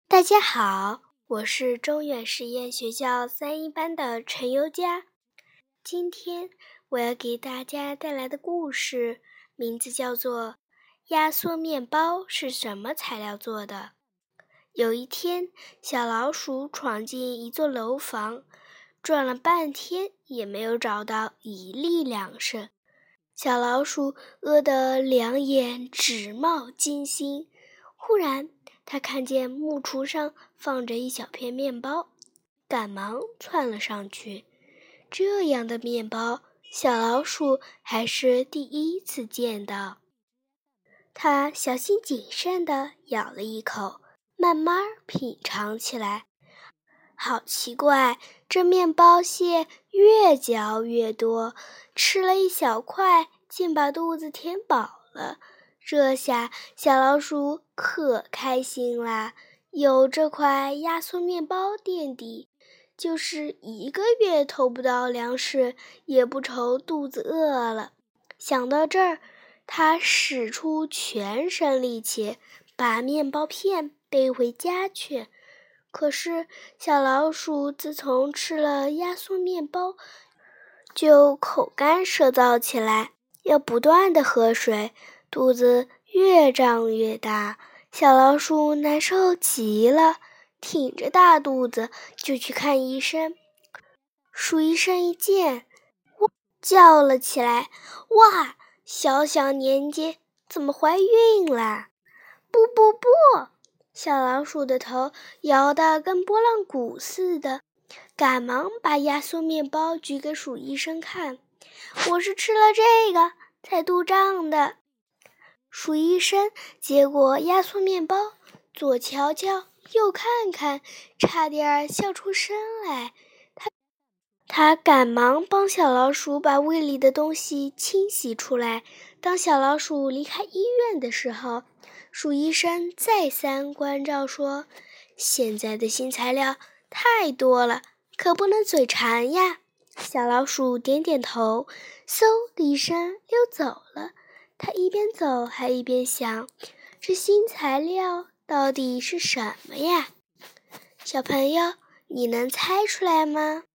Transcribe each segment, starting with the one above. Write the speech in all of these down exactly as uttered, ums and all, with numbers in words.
大家好，我是中远实验学校三一班的陈优佳。今天我要给大家带来的故事名字叫做《压缩面包是什么材料做的》。有一天，小老鼠闯进一座楼房，转了半天也没有找到一粒粮食。小老鼠饿得两眼直冒金星。忽然，他看见木橱上放着一小片面包，赶忙窜了上去。这样的面包，小老鼠还是第一次见到。它小心谨慎地咬了一口，慢慢品尝起来。好奇怪，这面包屑越嚼越多，吃了一小块，竟把肚子填饱了。这下小老鼠可开心啦，有这块压缩面包垫底，就是一个月偷不到粮食，也不愁肚子饿了。想到这儿，它使出全身力气，把面包片背回家去。可是小老鼠自从吃了压缩面包，就口干舌燥起来，要不断地喝水，肚子越胀越大。小老鼠难受极了，挺着大肚子就去看医生。鼠医生一见，哇叫了起来：“哇，小小年纪怎么怀孕啦？”不不不！小老鼠的头摇得跟拨浪鼓似的，赶忙把压缩面包举给鼠医生看：“我是吃了这个才肚胀的。”鼠医生接过压缩面包，左瞧瞧右看看，差点笑出声来。他他赶忙帮小老鼠把胃里的东西清洗出来。当小老鼠离开医院的时候，鼠医生再三关照说：“现在的新材料太多了，可不能嘴馋呀。”小老鼠点点头，嗖的一声溜走了。他一边走还一边想，这新材料到底是什么呀？小朋友，你能猜出来吗？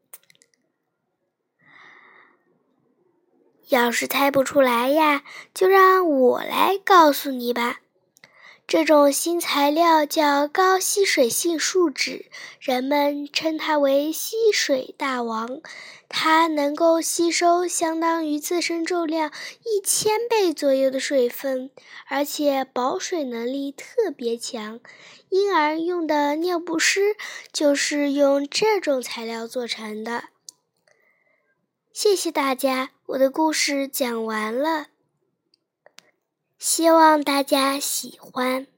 要是猜不出来呀，就让我来告诉你吧。这种新材料叫高吸水性树脂，人们称它为吸水大王。它能够吸收相当于自身重量一千倍左右的水分，而且保水能力特别强。婴儿用的尿不湿就是用这种材料做成的。谢谢大家，我的故事讲完了，希望大家喜欢。